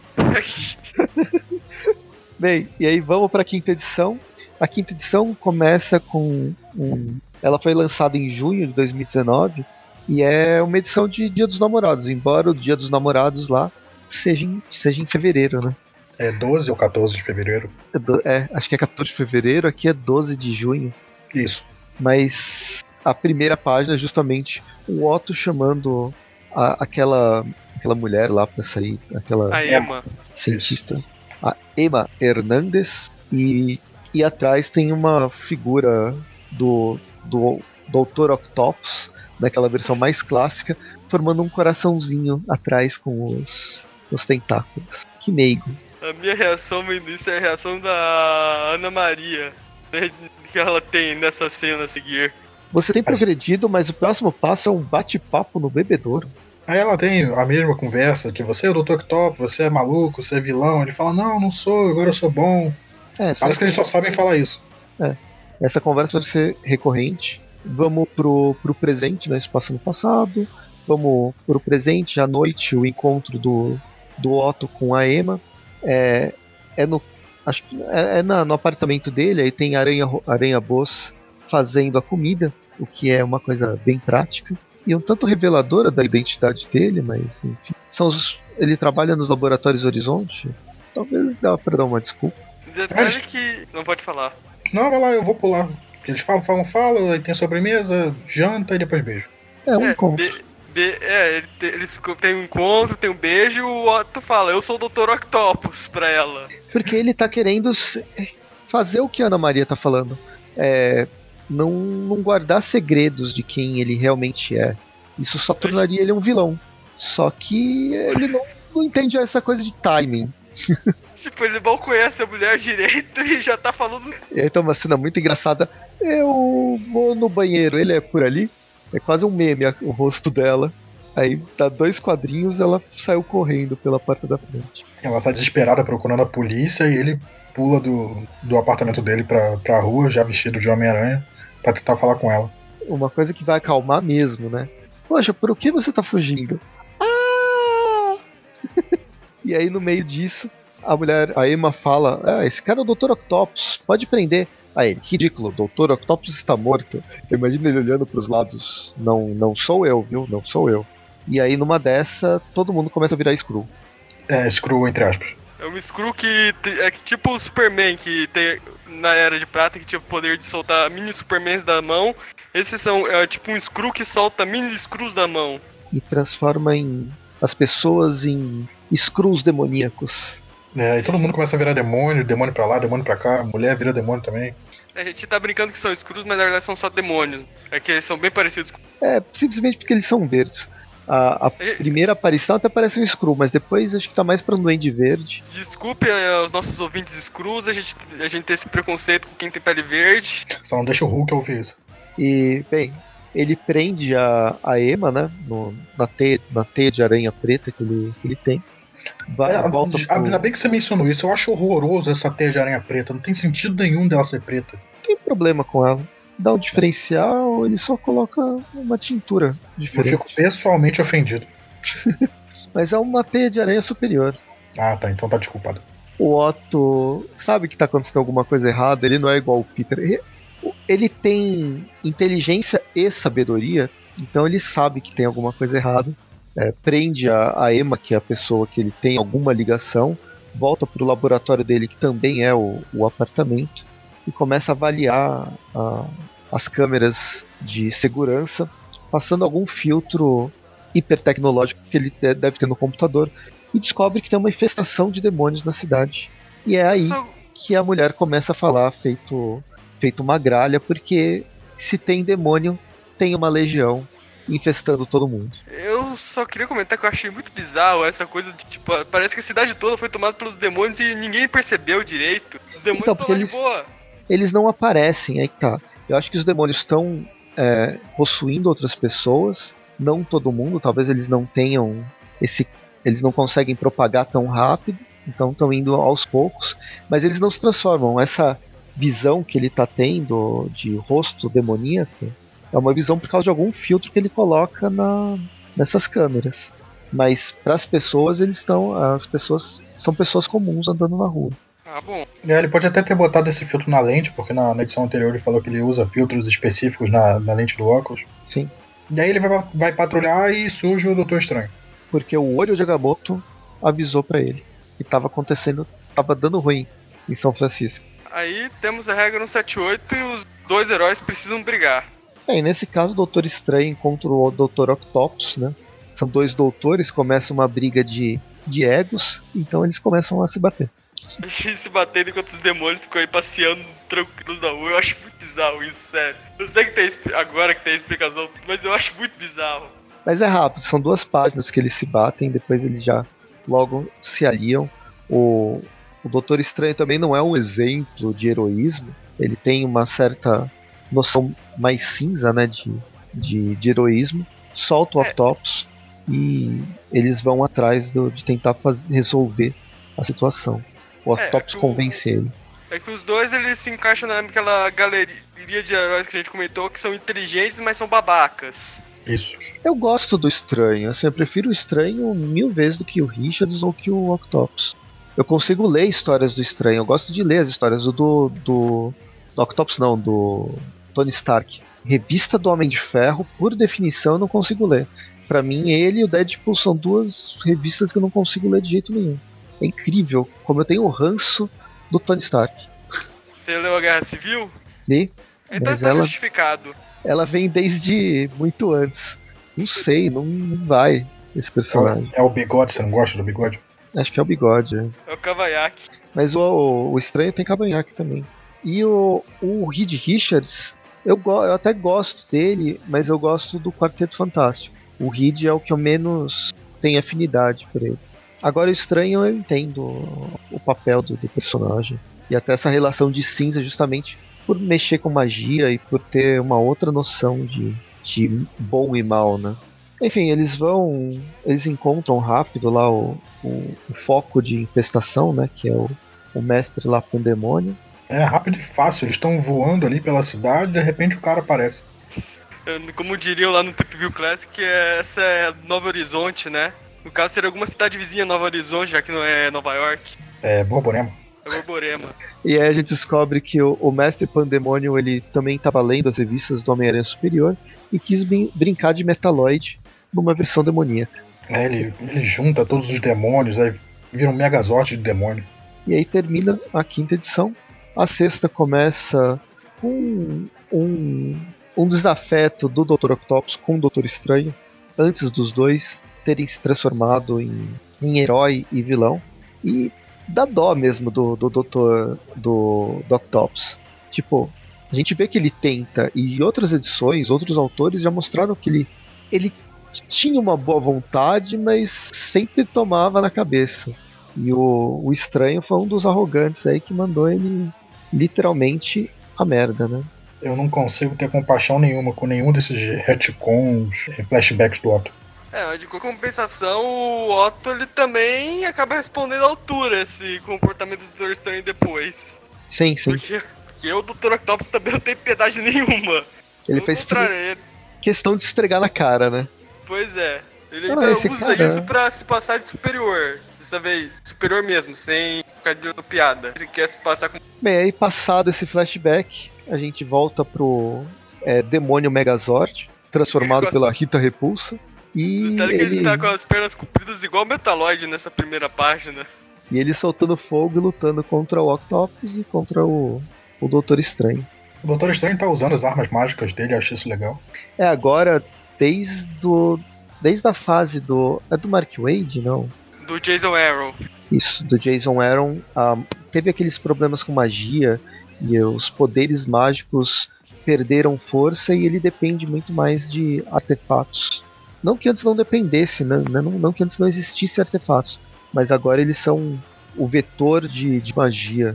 S2: Bem, e aí vamos para a quinta edição. A quinta edição começa com um... Ela foi lançada em junho de dois mil e dezenove e é uma edição de Dia dos Namorados, embora o Dia dos Namorados lá seja em, seja em fevereiro, né?
S3: É doze ou quatorze de fevereiro.
S2: É, do, é, acho que é quatorze de fevereiro, aqui é doze de junho.
S3: Isso.
S2: Mas a primeira página é justamente o Otto chamando a, aquela, aquela mulher lá pra sair, aquela
S4: A Emma.
S2: cientista, a Emma Hernandes, e, e atrás tem uma figura do, do doutor Octopus, naquela versão mais clássica, formando um coraçãozinho atrás com os, os tentáculos. Que meigo.
S4: A minha reação no início é a reação da Ana Maria, né, que ela tem nessa cena a seguir.
S2: Você tem progredido, mas o próximo passo é um bate-papo no bebedouro.
S3: Aí ela tem a mesma conversa, que você é o doutor Octopus, você é maluco, você é vilão. Ele fala, não, não sou, agora eu sou bom.
S2: É,
S3: Parece que eles só sabem falar isso.
S2: É. Essa conversa vai ser recorrente. Vamos pro, pro presente, né? Isso passa no passado. Vamos pro presente, à noite, o encontro do, do Otto com a Emma. É, é no acho que é, é na, no apartamento dele, aí tem Aranha, Aranha Boss fazendo a comida, o que é uma coisa bem prática. E um tanto reveladora da identidade dele, mas enfim. São os, ele trabalha nos laboratórios Horizonte. Talvez dá pra dar uma desculpa.
S4: Detalhe mas... que não pode falar.
S3: Não, vai lá, eu vou pular. Eles falam, falam, falam, aí tem sobremesa, janta e depois beijo.
S2: É um
S4: é,
S2: encontro.
S4: Be, be, é, eles têm um encontro, tem um beijo e o Otto fala, eu sou o doutor Octopus pra ela.
S2: Porque ele tá querendo fazer o que a Ana Maria tá falando. É, não, não guardar segredos de quem ele realmente é. Isso só tornaria ele um vilão. Só que ele não, não entende essa coisa de timing.
S4: Tipo, ele mal conhece a mulher direito e já tá falando.
S2: E aí tem uma cena muito engraçada. Eu vou no banheiro, ele é por ali. É quase um meme o rosto dela. Aí dá dois quadrinhos, ela saiu correndo pela porta da frente.
S3: Ela sai desesperada procurando a polícia e ele pula do, do apartamento dele pra, pra rua, já vestido de Homem-Aranha, pra tentar falar com ela.
S2: Uma coisa que vai acalmar mesmo, né? Poxa, por que você tá fugindo? Ah! E aí no meio disso, a mulher, a Emma fala, ah, esse cara é o doutor Octopus, pode prender. Aí ele, ridículo, o doutor Octopus está morto. Eu imagino ele olhando pros lados, não, não sou eu, viu? Não sou eu. E aí numa dessa, todo mundo começa a virar Skrull.
S3: É, Skrull entre aspas.
S4: É um Skrull que é tipo o Superman, que tem na Era de Prata, que tinha o poder de soltar mini Supermans da mão. Esses são é, tipo um Skrull que solta mini Skrulls da mão.
S2: E transforma em as pessoas em Skrulls demoníacos.
S3: É, e todo mundo começa a virar demônio, demônio pra lá, demônio pra cá, mulher vira demônio também.
S4: A gente tá brincando que são Skrulls, mas na verdade são só demônios. É que eles são bem parecidos com...
S2: É, simplesmente porque eles são verdes. A, a gente... primeira aparição até parece um Skrull, mas depois acho que tá mais pra um Duende Verde.
S4: Desculpe uh, os nossos ouvintes Skrulls, a gente, a gente tem esse preconceito com quem tem pele verde.
S3: Só não deixa o Hulk ouvir isso.
S2: E, bem, ele prende a, a Emma, né, no, na, teia, na teia de aranha preta que ele, que ele tem. Vai,
S3: é,
S2: volta
S3: pro... Ainda bem que você mencionou isso, eu acho horroroso essa teia de aranha preta, não tem sentido nenhum dela ser preta.
S2: Não tem problema com ela. Dá um diferencial, ele só coloca uma tintura diferente.
S3: Eu fico pessoalmente ofendido.
S2: Mas é uma teia de aranha superior.
S3: Ah, tá, então tá desculpado.
S2: O Otto sabe que tá acontecendo alguma coisa errada, ele não é igual o Peter. Ele tem inteligência e sabedoria, então ele sabe que tem alguma coisa errada. É, prende a, a Emma, que é a pessoa que ele tem alguma ligação, volta pro laboratório dele, que também é o, o apartamento, e começa a avaliar a, as câmeras de segurança, passando algum filtro hipertecnológico que ele deve ter no computador, e descobre que tem uma infestação de demônios na cidade. E é aí so... que a mulher começa a falar feito, feito uma gralha, porque se tem demônio, tem uma legião infestando todo mundo.
S4: Eu só queria comentar que eu achei muito bizarro essa coisa de, tipo, parece que a cidade toda foi tomada pelos demônios e ninguém percebeu direito. Os demônios
S2: então,
S4: estão lá
S2: eles,
S4: de boa.
S2: Eles não aparecem, aí que tá. Eu acho que os demônios estão é, possuindo outras pessoas, não todo mundo, talvez eles não tenham esse... Eles não conseguem propagar tão rápido, então estão indo aos poucos, mas eles não se transformam. Essa visão que ele tá tendo de rosto demoníaco é uma visão por causa de algum filtro que ele coloca na, nessas câmeras. Mas para as pessoas, eles estão. As pessoas são pessoas comuns andando na rua.
S4: Ah, bom.
S3: É, ele pode até ter botado esse filtro na lente, porque na, na edição anterior ele falou que ele usa filtros específicos na, na lente do óculos.
S2: Sim.
S3: E aí ele vai, vai patrulhar e surge o Doutor Estranho.
S2: Porque o olho de Agamotto avisou para ele que estava acontecendo, estava dando ruim em São Francisco.
S4: Aí temos a regra cento e setenta e oito e os dois heróis precisam brigar.
S2: É, e nesse caso o Doutor Estranho encontra o doutor Octopus, né? São dois doutores, começa uma briga de, de egos, então eles começam a se bater.
S4: E se batendo enquanto os demônios ficam aí passeando tranquilos na rua. Eu acho muito bizarro isso, sério. Eu sei que tem agora que tem explicação, mas eu acho muito bizarro.
S2: Mas é rápido, são duas páginas que eles se batem, depois eles já logo se aliam. O, o Doutor Estranho também não é um exemplo de heroísmo, ele tem uma certa noção mais cinza, né, de, de, de heroísmo. Solta o Octopus é. e eles vão atrás do, de tentar fazer, resolver a situação. O Octopus é, é convence o, ele.
S4: É que os dois eles se encaixam naquela galeria de heróis que a gente comentou, que são inteligentes, mas são babacas.
S3: Isso.
S2: Eu gosto do Estranho, assim, eu prefiro o Estranho mil vezes do que o Richards ou que o Octopus. Eu consigo ler histórias do Estranho, eu gosto de ler as histórias do, do, do, do Octopus, não, do Tony Stark. Revista do Homem de Ferro, por definição, eu não consigo ler. Pra mim, ele e o Deadpool são duas revistas que eu não consigo ler de jeito nenhum. É incrível como eu tenho o ranço do Tony Stark.
S4: Você leu a Guerra Civil?
S2: Li.
S4: Então
S2: mas
S4: tá
S2: ela,
S4: justificado.
S2: Ela vem desde muito antes. Não sei, não, não vai esse personagem.
S3: É o, é o Bigode, você não gosta do Bigode?
S2: Acho que é o Bigode. É,
S4: é o Cavanhaque.
S2: Mas o, o, o Estranho tem Cavanhaque também. E o, o Reed Richards, eu, go, eu até gosto dele, mas eu gosto do Quarteto Fantástico. O Reed é o que eu menos tenho afinidade por ele. Agora o Estranho eu entendo o papel do, do personagem. E até essa relação de cinza justamente por mexer com magia e por ter uma outra noção de, de bom e mal, né? Enfim, eles vão... Eles encontram rápido lá o, o, o foco de infestação, né? Que é o, o mestre lá Pandemônio.
S3: É rápido e fácil, eles estão voando ali pela cidade e de repente o cara aparece.
S4: Como diriam lá no Trip View Classic, essa é Nova Horizonte, né? No caso seria alguma cidade vizinha Nova Horizonte, já que não é Nova York.
S3: É Borborema.
S4: É Borborema.
S2: E aí a gente descobre que o, o mestre Pandemônio, ele também estava lendo as revistas do Homem-Aranha Superior e quis brin- brincar de Metaloid numa versão demoníaca.
S3: É, ele, ele junta todos os demônios, aí vira um megazord de demônio.
S2: E aí termina a quinta edição. A sexta começa com um, um desafeto do doutor Octopus com o Doutor Estranho, antes dos dois terem se transformado em, em herói e vilão. E dá dó mesmo do, do doutor do, do Octopus. Tipo, a gente vê que ele tenta, e em outras edições, outros autores já mostraram que ele, ele tinha uma boa vontade, mas sempre tomava na cabeça. E o, o Estranho foi um dos arrogantes aí que mandou ele literalmente a merda, né?
S3: Eu não consigo ter compaixão nenhuma com nenhum desses retcons e flashbacks do Otto.
S4: É, de compensação, o Otto ele também acaba respondendo à altura esse comportamento do doutor Estranho depois.
S2: Sim, sim.
S4: Porque, porque o doutor Octopus também não tem piedade nenhuma.
S2: Ele fez questão de esfregar na cara, né?
S4: Pois é. Ele
S2: não,
S4: ainda usa
S2: cara...
S4: isso pra se passar de superior. Dessa vez, superior mesmo, sem ficar de piada. Ele quer se passar com...
S2: Bem, aí passado esse flashback, a gente volta pro é, Demônio Megazord, transformado gosta... pela Rita Repulsa. E
S4: Detalhe
S2: ele...
S4: que ele tá com as pernas compridas igual Metaloid nessa primeira página.
S2: E ele soltando fogo e lutando contra o Octopus e contra o, o Doutor Estranho.
S3: O Doutor Estranho tá usando as armas mágicas dele, eu acho isso legal.
S2: É, agora, desde, do, desde a fase do... É do Mark Waid, não?
S4: Do Jason Aaron.
S2: Isso, do Jason Aaron. Um, teve aqueles problemas com magia e os poderes mágicos perderam força e ele depende muito mais de artefatos. Não que antes não dependesse, né? não, não que antes não existisse artefatos, mas agora eles são o vetor de, de magia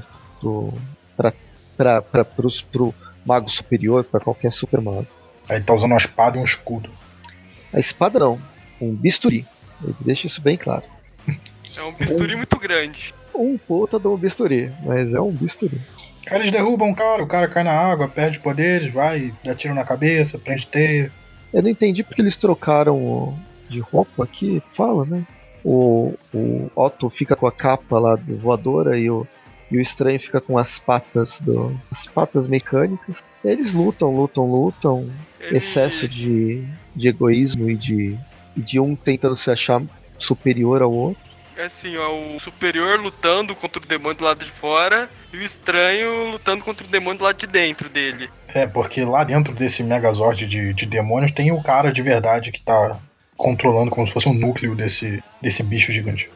S2: para pro mago superior, para qualquer super mago.
S3: Aí ele tá usando uma espada e um escudo.
S2: A espada não, um bisturi. Ele deixa isso bem claro.
S4: É um bisturi um, muito grande.
S2: Um puta de um bisturi, mas é um bisturi.
S3: Aí eles derrubam o cara, o cara cai na água, perde poderes, vai, dá tiro na cabeça, prende teia.
S2: Eu não entendi porque eles trocaram o, de roupa que fala, né? O, o Otto fica com a capa lá do voadora e o, e o Estranho fica com as patas do, as patas mecânicas. Eles lutam, lutam, lutam.
S4: Eles...
S2: Excesso de, de egoísmo e de, e de um tentando se achar superior ao outro.
S4: É assim, ó, o superior lutando contra o demônio do lado de fora e o estranho lutando contra o demônio do lado de dentro dele.
S3: É, porque lá dentro desse Megazord de, de demônios tem o cara de verdade que tá controlando como se fosse um núcleo desse, desse bicho gigante.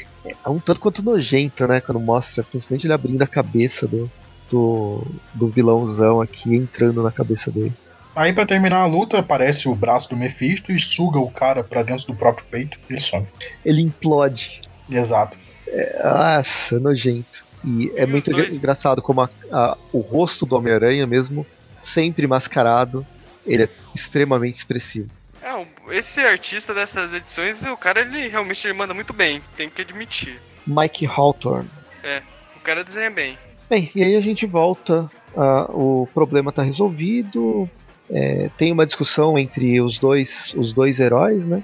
S2: É um tanto quanto nojento, né? Quando mostra, principalmente ele abrindo a cabeça do, do, do vilãozão aqui, entrando na cabeça dele.
S3: Aí pra terminar a luta, aparece o braço do Mephisto e suga o cara pra dentro do próprio peito e ele some.
S2: Ele implode.
S3: Exato.
S2: É, nossa, nojento. E é
S4: E
S2: muito
S4: dois...
S2: engraçado como a, a, o rosto do Homem-Aranha mesmo, sempre mascarado, ele é extremamente expressivo.
S4: É, esse artista dessas edições, o cara, ele realmente ele manda muito bem, tem que admitir.
S2: Mike Hawthorne.
S4: É, o cara desenha bem.
S2: Bem, e aí a gente volta, uh, o problema tá resolvido, é, tem uma discussão entre os dois, os dois heróis, né?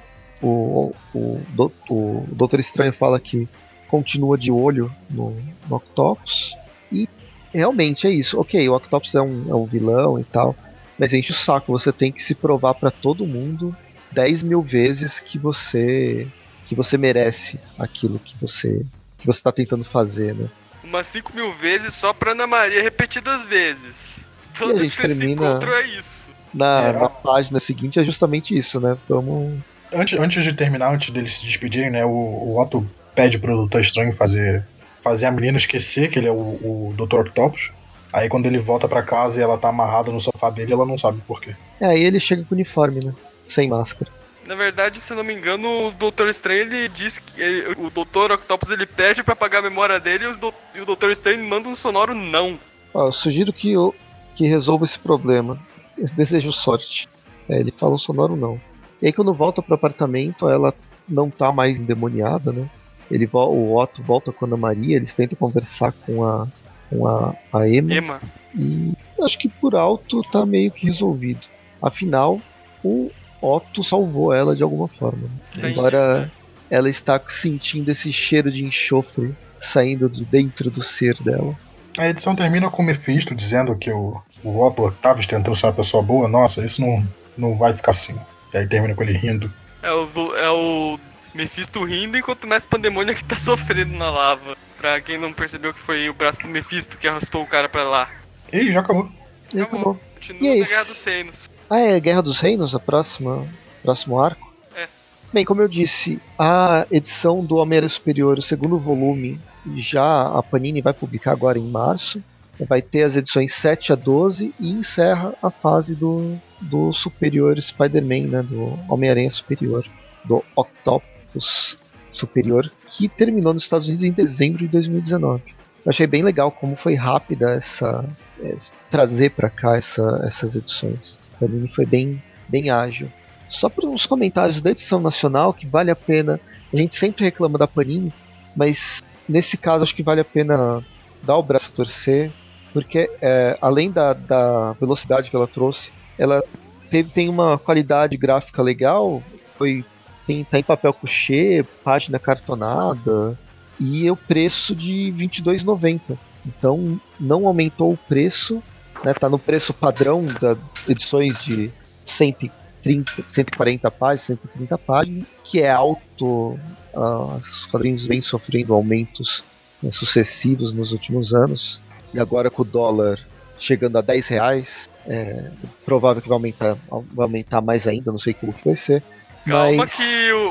S2: O, o, o, o Doutor Estranho fala que continua de olho no, no Octopus, e realmente é isso. Ok, o Octopus é um, é um vilão e tal, mas enche o saco, você tem que se provar pra todo mundo dez mil vezes que você que você merece aquilo que você que você tá tentando fazer, né?
S4: Umas cinco mil vezes só pra Ana Maria, repetidas vezes. Toda vez que
S2: termina...
S4: se encontram é isso.
S2: Na,
S3: é.
S2: na página seguinte é justamente isso, né? Vamos...
S3: Antes, antes de terminar, antes deles se despedirem, né? O, o Otto pede pro Doutor Estranho fazer, fazer a menina esquecer que ele é o, o doutor Octopus. Aí quando ele volta pra casa e ela tá amarrada no sofá dele, ela não sabe por quê.
S2: É, aí ele chega com o uniforme, né? Sem máscara.
S4: Na verdade, se não me engano, o Doutor Estranho, ele diz que ele, o doutor Octopus, ele pede pra apagar a memória dele e, os do, e o Doutor Estranho manda um sonoro não.
S2: Ó, eu sugiro que, eu, que resolva esse problema. Desejo sorte. É, ele fala um sonoro não. E aí quando volta pro apartamento, ela não tá mais endemoniada, né? Ele, o Otto volta com a Ana Maria, eles tentam conversar com a, com a, a Emma,
S4: Emma.
S2: E acho que por alto tá meio que resolvido. Afinal, o Otto salvou ela de alguma forma.
S4: Está
S2: Agora
S4: né?
S2: ela está sentindo esse cheiro de enxofre saindo de dentro do ser dela.
S3: A edição termina com o Mephisto dizendo que o, o Otto Octavius tentando ser uma pessoa boa. Nossa, isso não, não vai ficar assim. E aí termina com ele rindo.
S4: É o, é o Mephisto rindo enquanto o Mestre Pandemônio que tá sofrendo na lava. Pra quem não percebeu que foi o braço do Mephisto que arrastou o cara pra lá.
S3: E já acabou.
S2: E acabou.
S4: Continua
S2: E é
S4: na
S2: isso.
S4: Guerra dos Reinos.
S2: Ah, é Guerra dos Reinos, a próxima, próximo arco?
S4: É.
S2: Bem, como eu disse, a edição do Homem-Aranha Superior, o segundo volume, já a Panini vai publicar agora em março. Vai ter as edições sete a doze e encerra a fase do, do Superior Spider-Man, né, do Homem-Aranha Superior, do Octopus Superior, que terminou nos Estados Unidos em dezembro de dois mil e dezenove. Eu achei bem legal como foi rápida essa é, trazer para cá essa, essas edições. Para mim foi bem, bem ágil. Só para uns comentários da edição nacional que vale a pena. A gente sempre reclama da Panini, mas nesse caso acho que vale a pena dar o braço a torcer, porque é, além da, da velocidade que ela trouxe, ela teve, tem uma qualidade gráfica legal. Foi tem, tá em papel couché, página cartonada. E o preço de vinte e dois reais e noventa centavos. Então não aumentou o preço, né? Tá no preço padrão das edições de cento e trinta, cento e quarenta páginas, cento e trinta páginas, que é alto. Uh, os quadrinhos vêm sofrendo aumentos, né, sucessivos nos últimos anos. E agora com o dólar chegando a dez reais, é provável que vai aumentar, vai aumentar mais ainda, não sei como que vai ser.
S4: Calma
S2: mas...
S4: que o,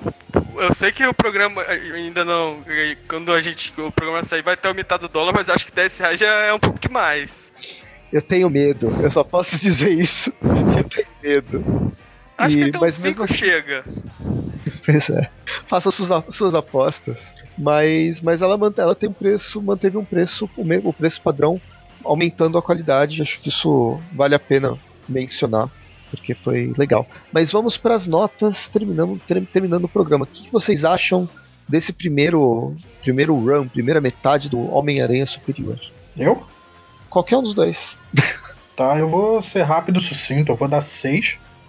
S4: o, eu sei que o programa ainda não, quando a gente, o programa sair vai ter aumentado o dólar, mas acho que dez reais já é um pouco demais.
S2: Eu tenho medo, eu só posso dizer isso, eu tenho medo.
S4: Acho
S2: e,
S4: que até uns cinco
S2: mesmo...
S4: chega.
S2: Pois é, faça suas, suas apostas. Mas, mas ela, mantém, ela tem um preço, manteve um preço, o, mesmo, o preço padrão, aumentando a qualidade. Acho que isso vale a pena mencionar, porque foi legal. Mas vamos para as notas, terminando, ter, terminando o programa. O que vocês acham desse primeiro, primeiro run, primeira metade do Homem-Aranha Superior?
S3: Eu?
S2: Qualquer um dos dois.
S3: Tá, eu vou ser rápido e sucinto, eu vou dar seis.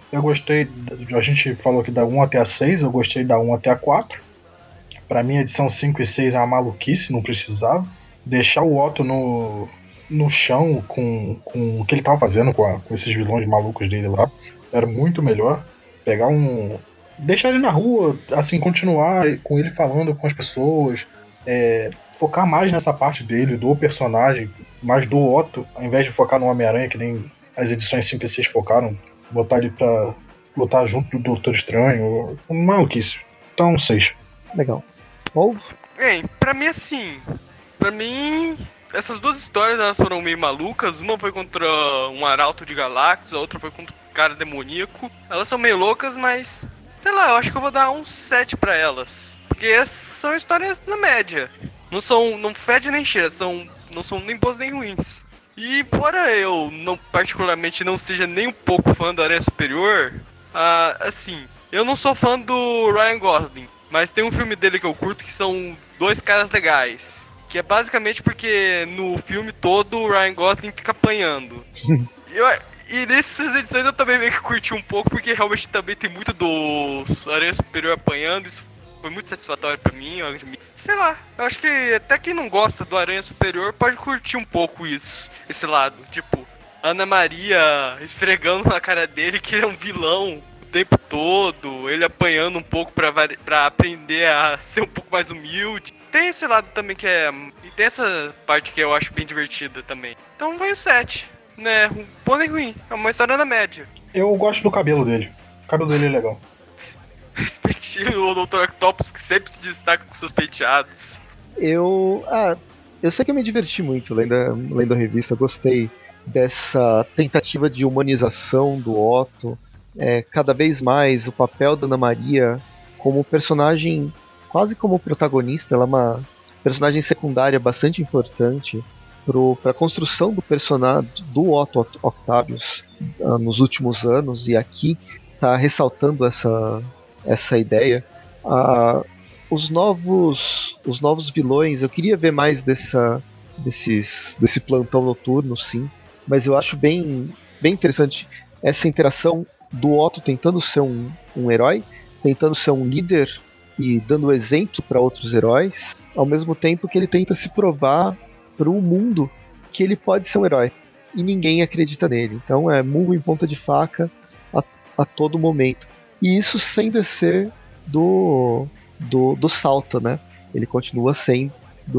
S3: Eu gostei, a gente falou que da um até a seis, eu gostei da um até a quatro. Pra mim, a edição cinco e seis é uma maluquice, não precisava. Deixar o Otto no, no chão com, com o que ele tava fazendo com, a, com esses vilões malucos dele lá era muito melhor. Pegar um. Deixar ele na rua, assim, continuar com ele falando com as pessoas. É, focar mais nessa parte dele, do personagem, mais do Otto, ao invés de focar no Homem-Aranha, que nem as edições cinco e seis focaram. Botar ele pra lutar junto do Doutor Estranho. Maluquice. Então, seis.
S2: Legal. Wolf?
S4: Bem, pra mim assim. Pra mim, essas duas histórias elas foram meio malucas. Uma foi contra um arauto de Galactus, a outra foi contra um cara demoníaco. Elas são meio loucas, mas sei lá, eu acho que eu vou dar um sete pra elas. Porque são histórias na média. Não são. Não fede nem cheira, são. Não são nem boas nem ruins. E embora eu não particularmente não seja nem um pouco fã do Aranha Superior, ah, assim, eu não sou fã do Ryan Gosling, mas tem um filme dele que eu curto que são Dois Caras Legais, que é basicamente porque no filme todo o Ryan Gosling fica apanhando. eu, e nessas edições eu também meio que curti um pouco, porque realmente também tem muito do Aranha Superior apanhando, isso foi muito satisfatório pra mim, eu admito. Sei lá, eu acho que até quem não gosta do Aranha Superior pode curtir um pouco isso, esse lado. Tipo, Ana Maria esfregando na cara dele que ele é um vilão o tempo todo, ele apanhando um pouco pra, pra aprender a ser um pouco mais humilde. Tem esse lado também que é... E tem essa parte que eu acho bem divertida também. Então vai o sete, né? Bom nem ruim, é uma história na média.
S3: Eu gosto do cabelo dele. O cabelo dele é legal.
S4: Respectivo o doutor Octopus, que sempre se destaca com seus penteados.
S2: Eu. Ah, eu sei que eu me diverti muito lendo a, lendo a revista, gostei dessa tentativa de humanização do Otto. É, cada vez mais o papel da Ana Maria como personagem, quase como protagonista, ela é uma personagem secundária bastante importante para a construção do personagem do Otto Octavius uh, nos últimos anos, e aqui está ressaltando essa. essa ideia. Ah, os novos os novos vilões, eu queria ver mais dessa desses, desse plantão noturno, sim, mas eu acho bem, bem interessante essa interação do Otto tentando ser um, um herói, tentando ser um líder e dando exemplo para outros heróis, ao mesmo tempo que ele tenta se provar para o mundo que ele pode ser um herói e ninguém acredita nele. Então é murro em ponta de faca a, a todo momento. E isso sem descer do, do, do salto, né? Ele continua sendo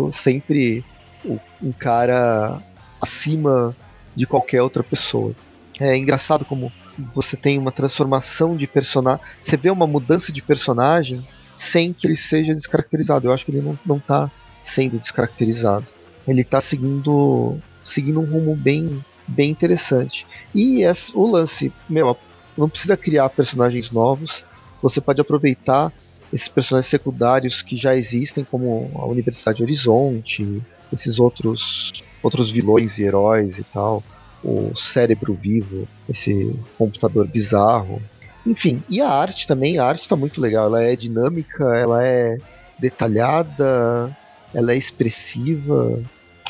S2: sempre um cara acima de qualquer outra pessoa. É engraçado como você tem uma transformação de personagem. Você vê uma mudança de personagem sem que ele seja descaracterizado. Eu acho que ele não, não tá sendo descaracterizado. Ele tá seguindo, seguindo um rumo bem, bem interessante. E esse, o lance, meu, não precisa criar personagens novos, você pode aproveitar esses personagens secundários que já existem, como a Universidade Horizonte, esses outros, outros vilões e heróis e tal, o Cérebro Vivo, esse computador bizarro. Enfim, e a arte também, a arte está muito legal, ela é dinâmica, ela é detalhada, ela é expressiva.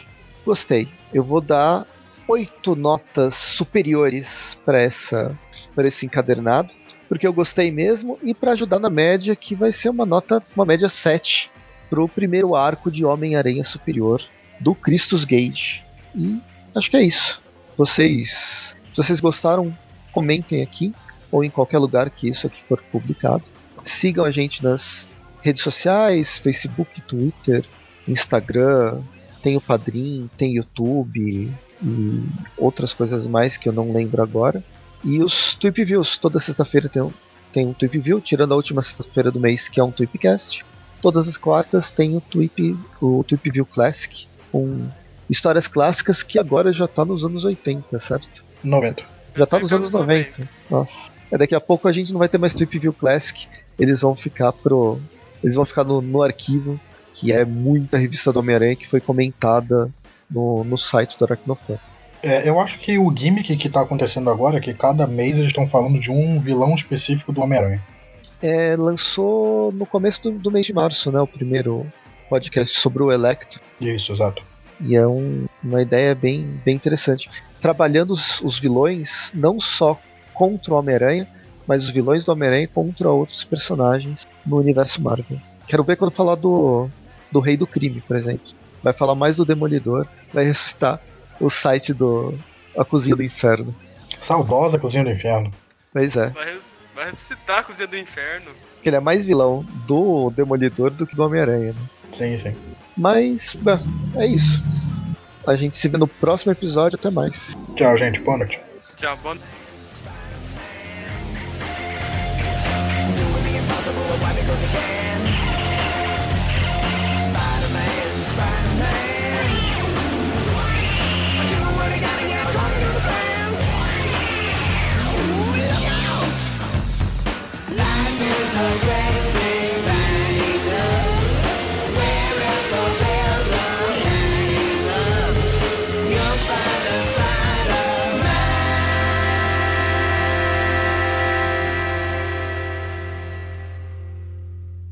S2: Gostei, eu vou dar oito notas superiores para essa... para esse encadernado, porque eu gostei mesmo, e para ajudar na média, que vai ser uma nota, uma média sete pro primeiro arco de Homem-Aranha Superior do Christus Gage. E acho que é isso. Vocês, se vocês gostaram, comentem aqui ou em qualquer lugar que isso aqui for publicado. Sigam a gente nas redes sociais, Facebook, Twitter, Instagram, tem o Padrim, tem YouTube e outras coisas mais que eu não lembro agora. E os Tweep Views, toda sexta-feira tem um, tem um Tweep View, tirando a última sexta-feira do mês, que é um Tweepcast. Todas as quartas tem o Tweep, o Tweep View Classic, com histórias clássicas que agora já tá nos anos oitenta, certo?
S3: noventa.
S2: Já tá nos anos noventa. Nossa. É, daqui a pouco a gente não vai ter mais Tweep View Classic, eles vão ficar pro. Eles vão ficar no, no arquivo, que é muita revista do Homem-Aranha que foi comentada no, no site do Aracnofan.
S3: É, eu acho que o gimmick que tá acontecendo agora é que cada mês eles estão falando de um vilão específico do Homem-Aranha.
S2: É, lançou no começo do, do mês de março, né? O primeiro podcast sobre o Electro.
S3: Isso, exato.
S2: E é um, uma ideia bem, bem interessante. Trabalhando os, os vilões não só contra o Homem-Aranha, mas os vilões do Homem-Aranha contra outros personagens no universo Marvel. Quero ver quando falar do, do Rei do Crime, por exemplo. Vai falar mais do Demolidor, vai ressuscitar o site do A Cozinha do Inferno.
S3: Saudosa Cozinha do Inferno.
S2: Pois é.
S4: Vai, res, vai ressuscitar a Cozinha do Inferno.
S2: Porque ele é mais vilão do Demolidor do que do Homem-Aranha, né?
S3: Sim, sim.
S2: Mas, bem, é isso. A gente se vê no próximo episódio. Até mais.
S3: Tchau, gente. Boa noite.
S4: Tchau, boa noite.
S1: Spider-Man, Spider-Man.